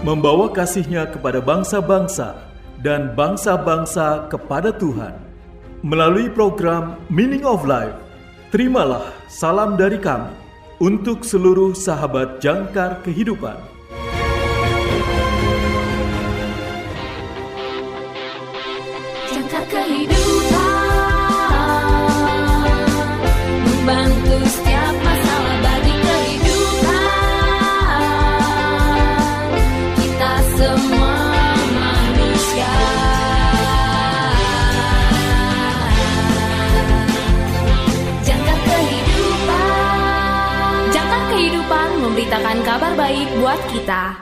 membawa kasih-Nya kepada bangsa-bangsa dan bangsa-bangsa kepada Tuhan. Melalui program Meaning of Life, terimalah salam dari kami untuk seluruh sahabat jangkar kehidupan. Jangkar kehidupan, membantu setiap masalah bagi kehidupan kita semua manusia. Jangkar kehidupan memberitakan kabar baik buat kita.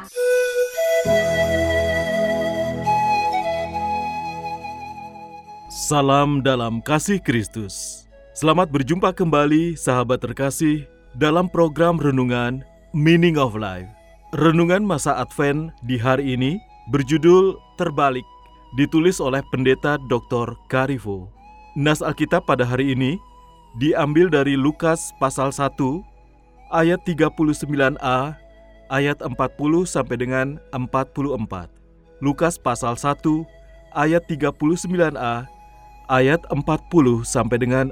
Salam dalam kasih Kristus. Selamat berjumpa kembali sahabat terkasih dalam program Renungan Meaning of Life. Renungan masa Advent di hari ini berjudul Terbalik, ditulis oleh Pendeta Dr. Karifo. Nas Alkitab pada hari ini diambil dari Lukas pasal 1 ayat 39a ayat 40 sampai dengan 44. Lukas pasal 1 ayat 39a ayat 40 sampai dengan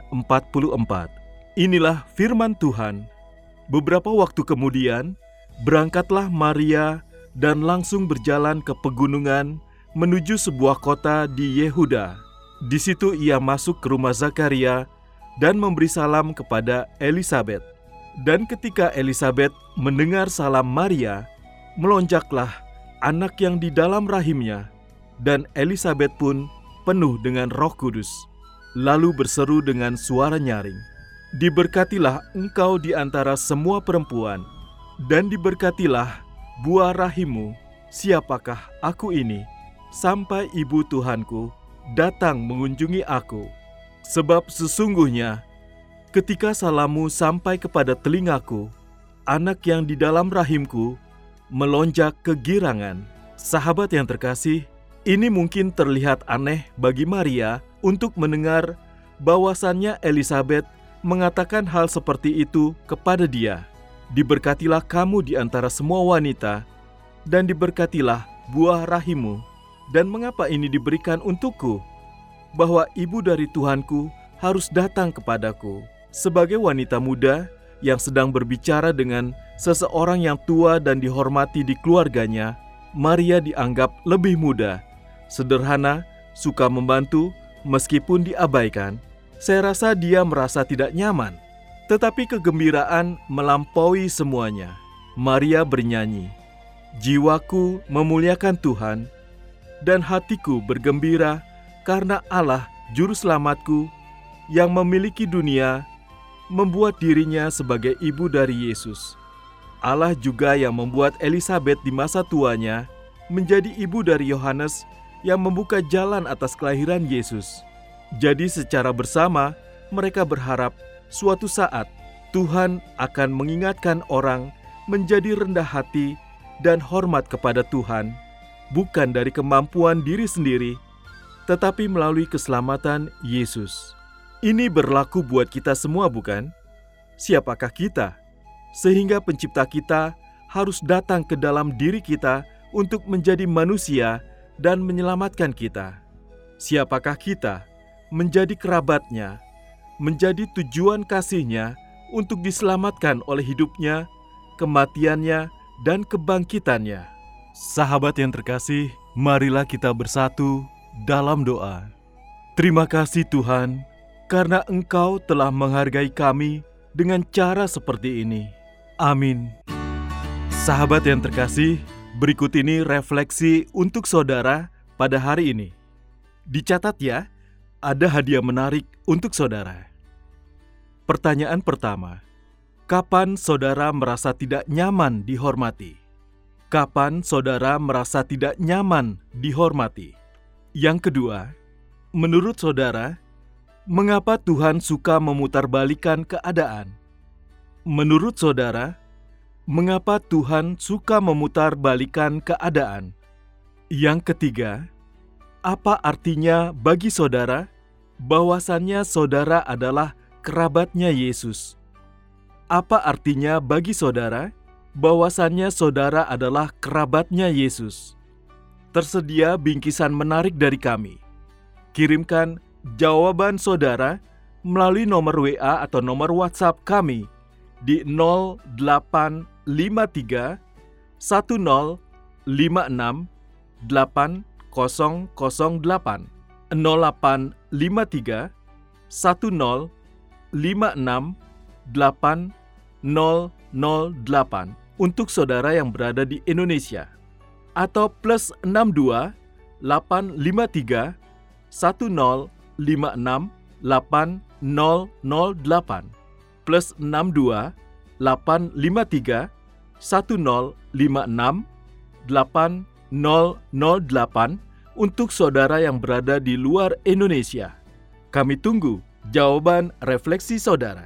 44. Inilah firman Tuhan. Beberapa waktu kemudian, berangkatlah Maria dan langsung berjalan ke pegunungan menuju sebuah kota di Yehuda. Di situ ia masuk ke rumah Zakaria dan memberi salam kepada Elisabet. Dan ketika Elisabet mendengar salam Maria, melonjaklah anak yang di dalam rahimnya, dan Elisabet pun penuh dengan Roh Kudus, lalu berseru dengan suara nyaring, "Diberkatilah engkau di antara semua perempuan, dan diberkatilah buah rahimmu. Siapakah aku ini, sampai ibu Tuhanku datang mengunjungi aku? Sebab sesungguhnya, ketika salammu sampai kepada telingaku, anak yang di dalam rahimku melonjak kegirangan." Sahabat yang terkasih, ini mungkin terlihat aneh bagi Maria untuk mendengar bahwasannya Elisabet mengatakan hal seperti itu kepada dia. "Diberkatilah kamu di antara semua wanita, dan diberkatilah buah rahimmu. Dan mengapa ini diberikan untukku? Bahwa ibu dari Tuhanku harus datang kepadaku." Sebagai wanita muda yang sedang berbicara dengan seseorang yang tua dan dihormati di keluarganya, Maria dianggap lebih muda, sederhana, suka membantu, meskipun diabaikan. Saya rasa dia merasa tidak nyaman. Tetapi kegembiraan melampaui semuanya. Maria bernyanyi, "Jiwaku memuliakan Tuhan, dan hatiku bergembira karena Allah Juru Selamatku yang memiliki dunia, membuat dirinya sebagai ibu dari Yesus. Allah juga yang membuat Elisabet di masa tuanya menjadi ibu dari Yohanes yang membuka jalan atas kelahiran Yesus. Jadi secara bersama mereka berharap suatu saat Tuhan akan mengingatkan orang menjadi rendah hati dan hormat kepada Tuhan, bukan dari kemampuan diri sendiri, tetapi melalui keselamatan Yesus. Ini berlaku buat kita semua, bukan? Siapakah kita? Sehingga pencipta kita harus datang ke dalam diri kita untuk menjadi manusia dan menyelamatkan kita. Siapakah kita? Menjadi kerabatnya, menjadi tujuan kasih-Nya untuk diselamatkan oleh hidupnya, kematiannya, dan kebangkitannya. Sahabat yang terkasih, marilah kita bersatu dalam doa. Terima kasih Tuhan, karena Engkau telah menghargai kami dengan cara seperti ini. Amin. Sahabat yang terkasih, berikut ini refleksi untuk saudara pada hari ini. Dicatat ya, ada hadiah menarik untuk saudara. Pertanyaan pertama, kapan saudara merasa tidak nyaman dihormati? Kapan saudara merasa tidak nyaman dihormati? Yang kedua, menurut saudara, mengapa Tuhan suka memutarbalikkan keadaan? Menurut saudara, mengapa Tuhan suka memutarbalikkan keadaan? Yang ketiga, apa artinya bagi saudara bahwasannya saudara adalah kerabatnya Yesus? Apa artinya bagi saudara bahwasannya saudara adalah kerabatnya Yesus. Tersedia bingkisan menarik dari kami. Kirimkan jawaban saudara melalui nomor WA atau nomor WhatsApp kami di 0853 1056 8008 0853 1056 8008 untuk saudara yang berada di Indonesia, atau plus 62 853 1056 8008 plus 62 853 1056 8008 untuk saudara yang berada di luar Indonesia. Kami tunggu jawaban refleksi saudara.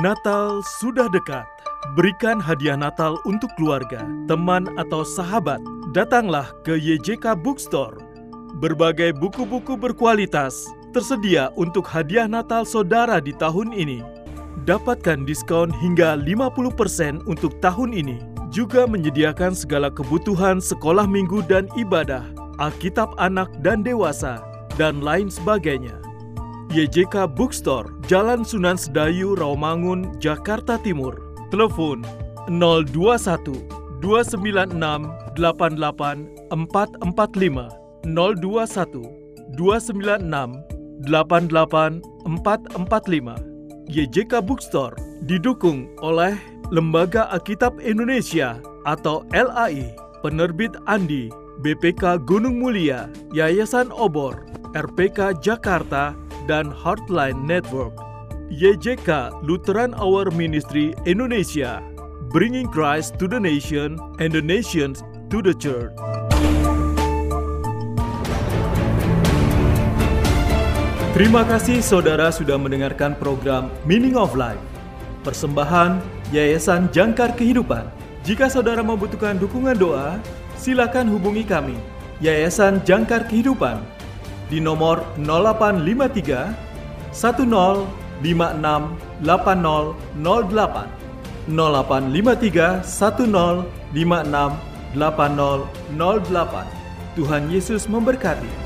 Natal sudah dekat. Berikan hadiah Natal untuk keluarga, teman, atau sahabat. Datanglah ke YJK Bookstore. Berbagai buku-buku berkualitas tersedia untuk hadiah Natal saudara di tahun ini. Dapatkan diskon hingga 50% untuk tahun ini. Juga menyediakan segala kebutuhan sekolah minggu dan ibadah, Alkitab anak dan dewasa, dan lain sebagainya. YJK Bookstore, Jalan Sunan Sedayu, Rawamangun, Jakarta Timur. Telepon 021 296 88 445 021 296 88 445. YJK Bookstore didukung oleh Lembaga Alkitab Indonesia atau LAI, Penerbit Andi, BPK Gunung Mulia, Yayasan Obor, RPK Jakarta, dan Heartline Network. YJK Lutheran Hour Ministry Indonesia, bringing Christ to the nation and the nations to the church. Terima kasih saudara sudah mendengarkan program Meaning of Life, persembahan Yayasan Jangkar Kehidupan. Jika saudara membutuhkan dukungan doa, silakan hubungi kami, Yayasan Jangkar Kehidupan, di nomor 0853 10 56 8008 0853 10 56 8008. Tuhan Yesus memberkati.